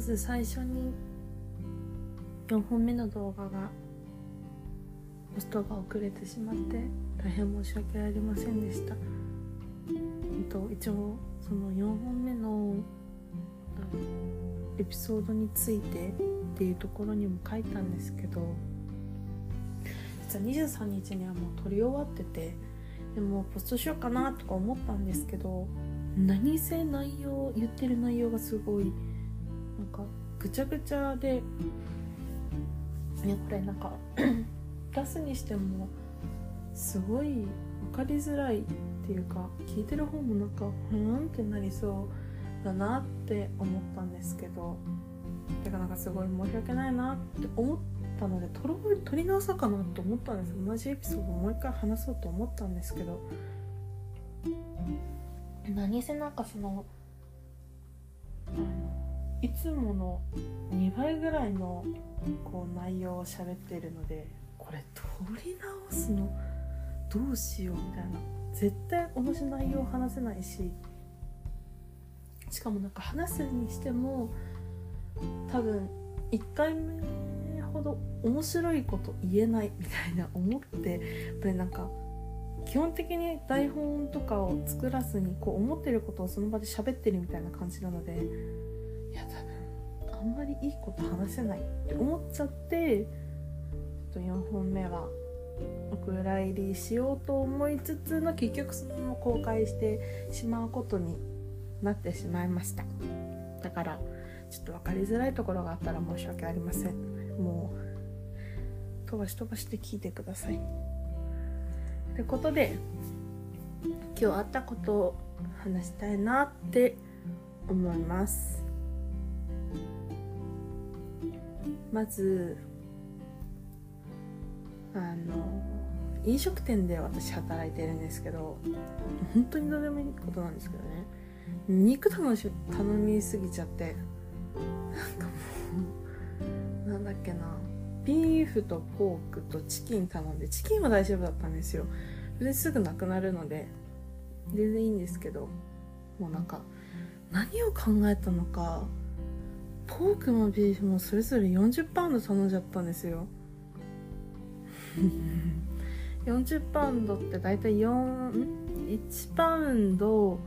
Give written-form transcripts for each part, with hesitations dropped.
ず最初に4本目の動画がポストが遅れてしまって大変申し訳ありませんでした。一応その4本目のエピソードについてっていうところにも書いたんですけど、実は23日にはもう撮り終わってて、でもポストしようかなとか思ったんですけど、何せ言ってる内容がすごいなんかぐちゃぐちゃで、これなんか出すにしてもすごい分かりづらいっていうか、聞いてる方もなんかってなりそうだなって思ったんですけど、てかなんかすごい申し訳ないなって思ったので撮り直そうかなと思ったんです。同じエピソードをもう一回話そうと思ったんですけど、何せなんかそのいつもの2倍ぐらいのこう内容を喋っているので、これ撮り直すのどうしようみたいな、絶対同じ内容話せないし、しかもなんか話すにしても多分1回目ほど面白いこと言えないみたいな思って、やっぱりなんか基本的に台本とかを作らずにこう思ってることをその場で喋ってるみたいな感じなので、いや多分あんまりいいこと話せないって思っちゃって、4本目はお蔵入りしようと思いつつの、結局そのまま公開してしまうことになってしまいました。だからちょっと分かりづらいところがあったら申し訳ありません。もう飛ばして聞いてください。ということで、今日あったことを話したいなって思います。まず飲食店で私働いてるんですけど、本当にどうでもいいことなんですけどね、肉頼みすぎちゃって、なんかもうなんだっけな、ビーフとポークとチキン頼んで、チキンは大丈夫だったんですよ。ですぐなくなるので全然いいんですけど、もうなんか何を考えたのか、ポークもビーフもそれぞれ40パウンド頼んじゃったんですよ。40パウンドってだいたい1パウンド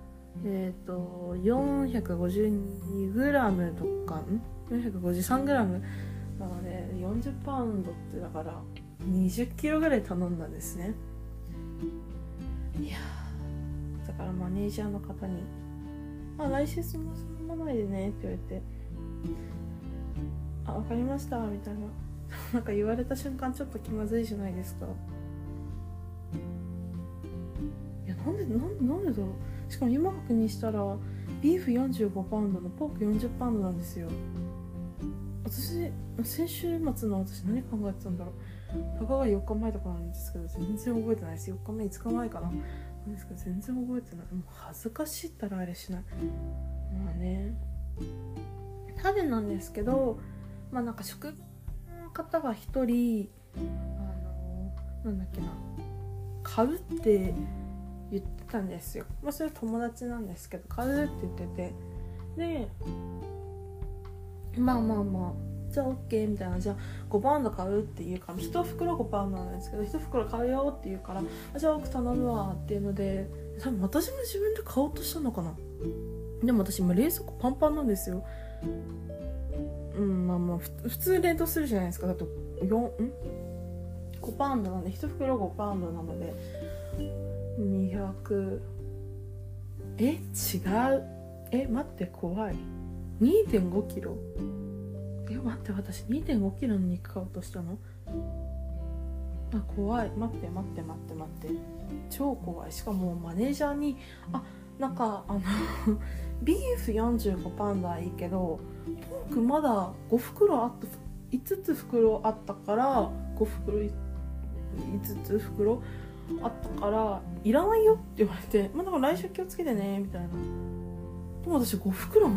452g とか453g なので、40パウンドってだから20キロぐらい頼んだんですね。いやだからマネージャーの方に来週そのままないでねって言われて、わかりましたみたいななんか言われた瞬間ちょっと気まずいじゃないですか。いやなんでだろう。しかも今確認したらビーフ45パウンドのポーク40パウンドなんですよ。私先週末の私何考えてたんだろう。たかが4日前とかなんですけど全然覚えてないです。4日目5日前かななんですけど全然覚えてない。もう恥ずかしいったらあれしない。まあね、ただなんですけど、なんか職場の方が一人なんだっけな、買うって言ってたんですよ。それは友達なんですけど、買うって言ってて、でじゃあ OK みたいな、じゃあ5パウンド買うって言うから、1袋5パウンドなんですけど1袋買うよって言うから、じゃあ奥頼むわっていうので、多分私も自分で買おうとしたのかな。でも私今冷蔵庫パンパンなんですよ。普通冷凍するじゃないですか。だと5パウンドなんで1袋5パウンドなので200、違う、待って怖い、2.5 キロ、待って私 2.5 キロの肉買おうとしたの。怖い、待って超怖い。しかもマネージャーになんかビーフ45パウンドはいいけどポークまだ5袋あった5つ袋あったから5袋5つ袋あったからいらないよって言われて、だから来週気をつけてねみたいな。でも私5袋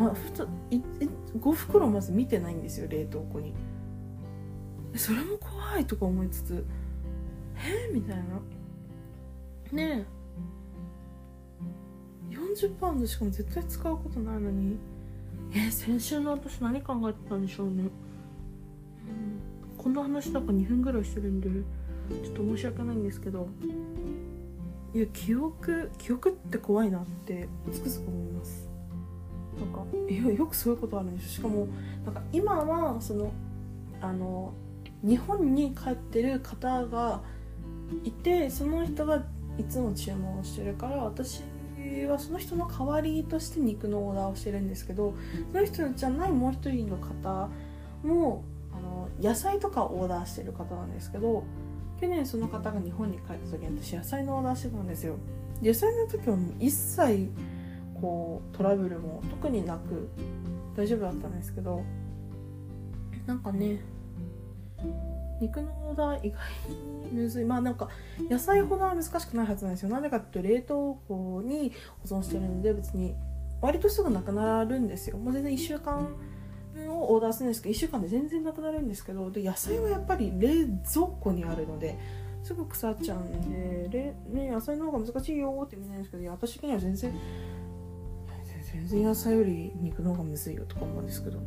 まず見てないんですよ、冷凍庫に。それも怖いとか思いつつみたいなねえ、40パウンドしかも絶対使うことないのに先週の私何考えてたんでしょうね。こんな話だから2分ぐらいしてるんでちょっと申し訳ないんですけど、いや記憶って怖いなってつくづく思います。なんかよくそういうことあるんですよ。しかもなんか今はその日本に帰ってる方がいて、その人がいつも注文をしてるから、私はその人の代わりとして肉のオーダーをしてるんですけど、その人じゃないもう一人の方も野菜とかをオーダーしてる方なんですけど、去年その方が日本に帰った時に私野菜のオーダーしてたんですよ。野菜の時はもう一切こうトラブルも特になく大丈夫だったんですけど、なんかね、肉のオーダー意外にむずい。なんか野菜ほどは難しくないはずなんですよ。なぜかっていうと冷凍庫に保存してるので別に割とすぐなくなるんですよ。もう全然1週間分をオーダーするんですけど1週間で全然なくなるんですけど、で野菜はやっぱり冷蔵庫にあるのですぐ腐っちゃうんで、野菜の方が難しいよってみんな言うんですけど、私的には全然野菜より肉の方がむずいよとか思うんですけど、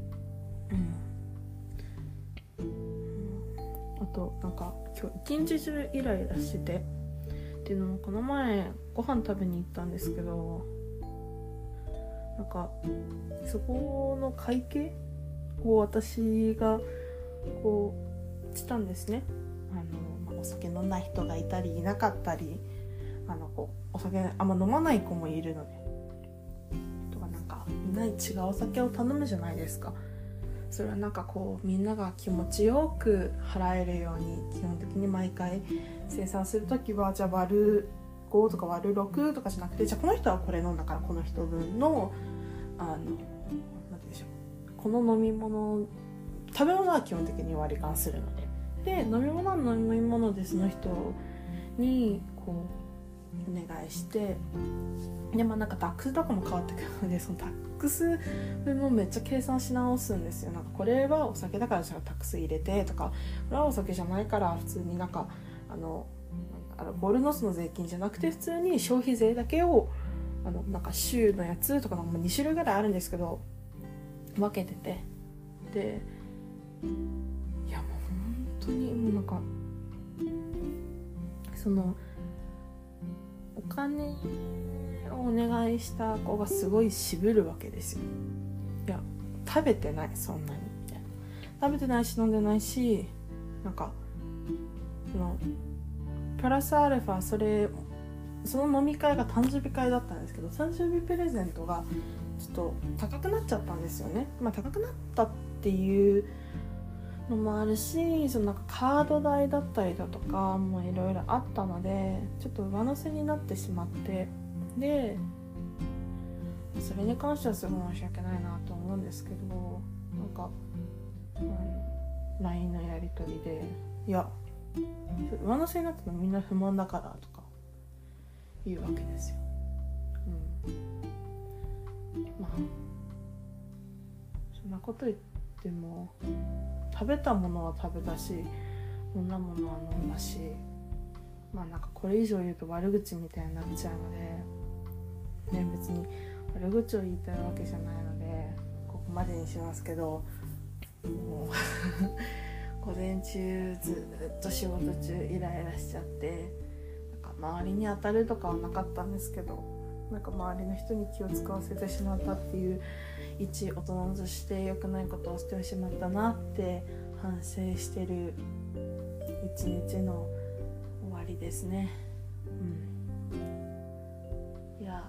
あとなんか今日一日中イライラしててっていうのも、この前ご飯食べに行ったんですけど、なんかそこの会計を私がこうしたんですね。お酒飲んだ人がいたりいなかったり、お酒あんま飲まない子もいるのでとか、なんかみんなに違うお酒を頼むじゃないですか。それはなんかこうみんなが気持ちよく払えるように基本的に毎回生産するときは、じゃあ割る5とか割る6とかじゃなくて、じゃあこの人はこれ飲んだからこの人分のなんて言うんでしょう、この飲み物、食べ物は基本的に割り勘するので、飲み物は飲み物でその人にこうお願いして、でなんかタックスとかも変わってくるので、そのタックス分もめっちゃ計算し直すんですよ。なんかこれはお酒だからじゃあタックス入れてとか、これはお酒じゃないから普通になんかボルノスの税金じゃなくて普通に消費税だけをなんか州のやつとかも2種類ぐらいあるんですけど分けてて、でいやもう本当にもうなんかそのお金をお願いした子がすごい渋るわけですよ。いや食べてない、そんなにみたいな、食べてないし飲んでないし、なんかそのプラスアルファその飲み会が誕生日会だったんですけど、誕生日プレゼントがちょっと高くなっちゃったんですよね。高くなったっていうのもあるし、そのなんかカード代だったりだとかもいろいろあったのでちょっと上乗せになってしまって、でそれに関してはすごい申し訳ないなと思うんですけど、なんか、LINE のやり取りでいや上乗せになったのみんな不満だからとか言うわけですよ。そんなこと言っても食べたものは食べたし飲んだものは飲んだし、なんかこれ以上言うと悪口みたいになっちゃうので、ね、別に悪口を言いたいわけじゃないのでここまでにしますけど、もう午前中ずっと仕事中イライラしちゃって、なんか周りに当たるとかはなかったんですけど、なんか周りの人に気を使わせてしまったっていう一大人として良くないことをしてしまったなって反省してる一日の終わりですね。いや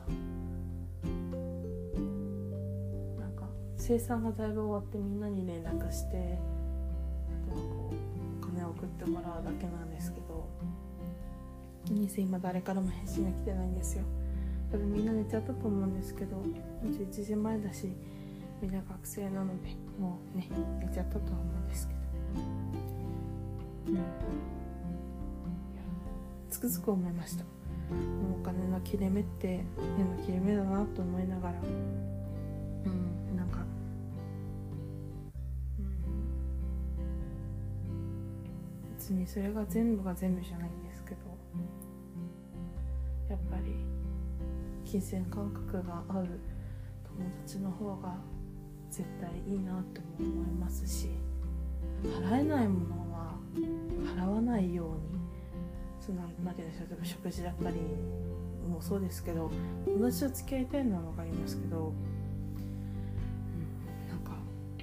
なんか生産がだいぶ終わってみんなに連絡して、あとはこうお金を送ってもらうだけなんですけど、今誰からも返信が来てないんですよ。多分みんな寝ちゃったと思うんですけど、11時前だしみんな学生なのでもうね寝ちゃったとは思うんですけど、つくづく思いました。もうお金の切れ目って変な切れ目だなと思いながら、なんか別にそれが全部が全部じゃないんですけど、やっぱり金銭感覚が合う友達の方が絶対いいなっても思いますし、払えないものは払わないように、なんていうんでしょう、例えば食事だったりもそうですけど、友達と付き合いたいのは分かりますけど、なんか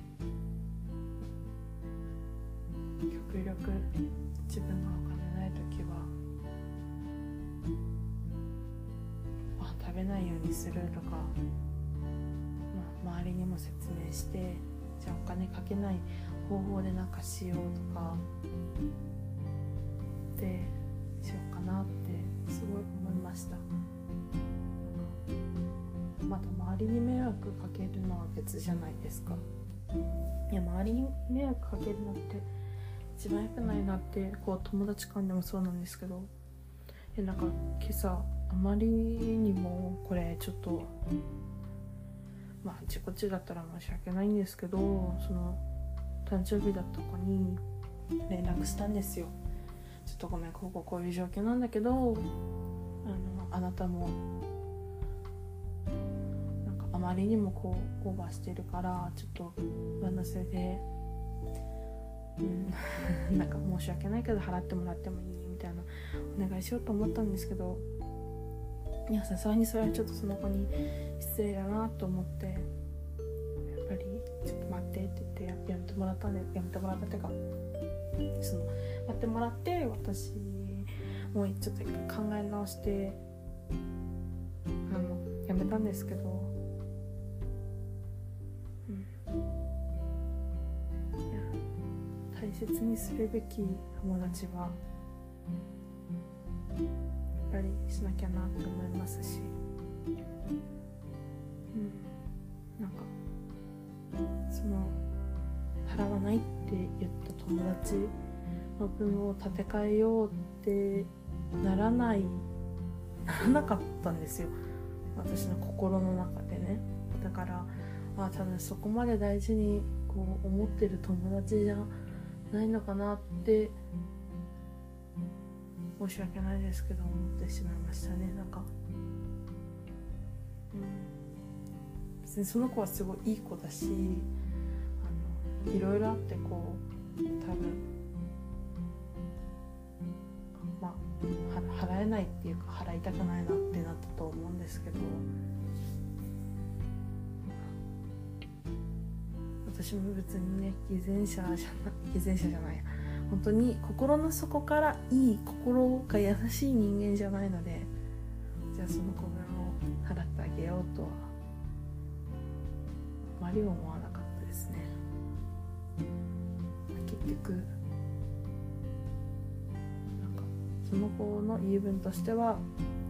極力自分がお金ない時はご飯食べないようにするとか、周りにも説明して、じゃあお金かけない方法でなんかしようとかでしようかなってすごい思いました。また周りに迷惑かけるのは別じゃないですか。いや、周りに迷惑かけるのって一番良くないなって、こう友達間でもそうなんですけど、なんか今朝あまりにもこれちょっと自己中だったら申し訳ないんですけど、その誕生日だった子に連絡したんですよ。ちょっとごめん、こういう状況なんだけど、あなたもなんかあまりにもこうオーバーしてるから、ちょっと上乗せで、なんか申し訳ないけど払ってもらってもいいみたいなお願いしようと思ったんですけど、いや、さすがにそれはちょっとその子に失礼だなと思って、やっぱりちょっと待ってって言ってやめてもらったっていうか、その待ってもらって、私もうちょっと考え直してやめたんですけど、いや、大切にするべき友達はやっぱりしなきゃなって思いますし、なんかその払わないって言った友達の分を立て替えようってならなかったんですよ、私の心の中でね。だから多分そこまで大事にこう思ってる友達じゃないのかなって、申し訳ないですけど思ってしまいましたね。なんか、別にその子はすごいいい子だし、いろいろあってこう多分払えないっていうか払いたくないなってなったと思うんですけど、私も別にね偽善者じゃないや、本当に心の底からいい心が優しい人間じゃないので、じゃあその子分を払ってあげようとはあまり思わなかったですね。結局なんかその子の言い分としては、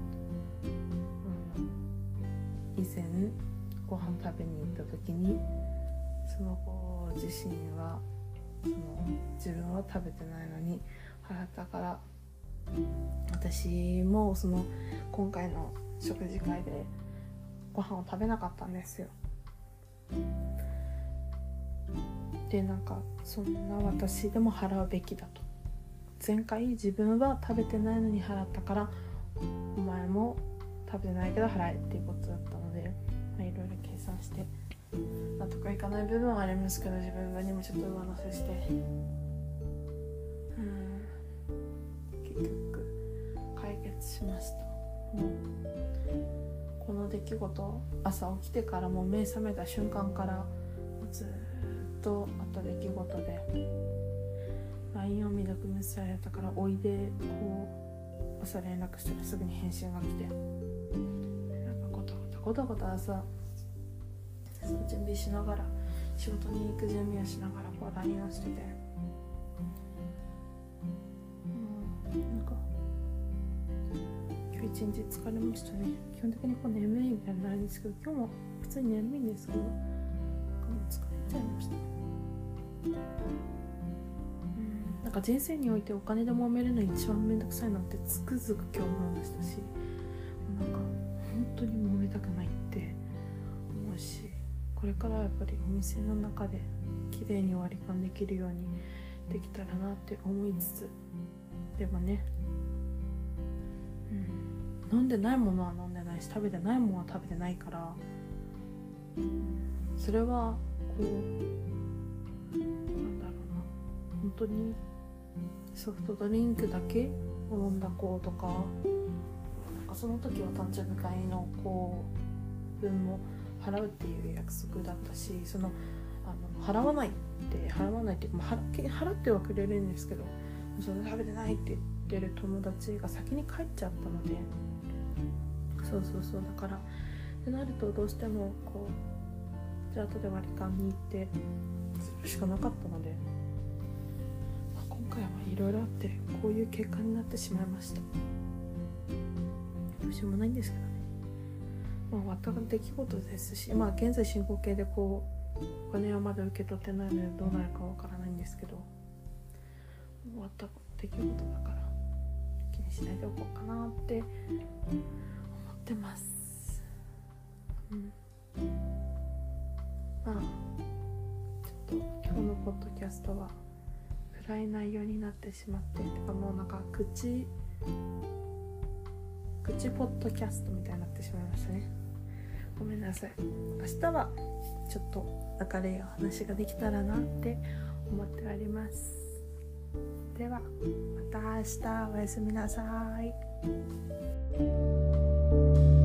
以前ご飯食べに行った時にその子自身は自分は食べてないのに払ったから、私も今回の食事会でご飯を食べなかったんですよ。で、なんかそんな私でも払うべきだと、前回自分は食べてないのに払ったからお前も食べてないけど払えっていうことだったので、いろいろ計算して納得いかない部分はありますけど、自分にもちょっと上乗せして、結局解決しました。もうこの出来事、朝起きてからもう目覚めた瞬間からずっとあった出来事で、 LINE を未読無視されたからおいで、こう朝連絡したらすぐに返信が来て、なんかごたごた朝準備しながら、仕事に行く準備をしながらこう LINE をしてて、なんか今日一日疲れましたね。基本的にこう眠いみたいになるんですけど、今日も普通に眠いんですけど、なんかもう疲れちゃいました。なんか人生においてお金で揉めるの一番めんどくさいなってつくづく今日思いましたし、なんか本当に揉めたくないって思うし、これからやっぱりお店の中で綺麗に割り勘できるようにできたらなって思いつつ、でもね、飲んでないものは飲んでないし、食べてないものは食べてないから、それはこなんだろうな、本当にソフトドリンクだけを飲んだ子とか、なんかその時は誕生日会の子分も払うっていう約束だったし、払わないっていうか、払ってはくれるんですけど、それ食べてないって言ってる友達が先に帰っちゃったので、そうだからってなると、どうしてもこうじゃあ後で割り勘に行ってするしかなかったので、今回はいろいろあってこういう結果になってしまいました。どうしようもないんですけどね。終わった出来事ですし、現在進行形でこうお金はまだ受け取ってないのでどうなるかわからないんですけど、終わった出来事だから気にしないでおこうかなって思ってます。ちょっと今日のポッドキャストは暗い内容になってしまって、もうなんか口ポッドキャストみたいになってしまいましたね。ごめんなさい。明日はちょっと明るいお話ができたらなって思っております。ではまた明日、おやすみなさい。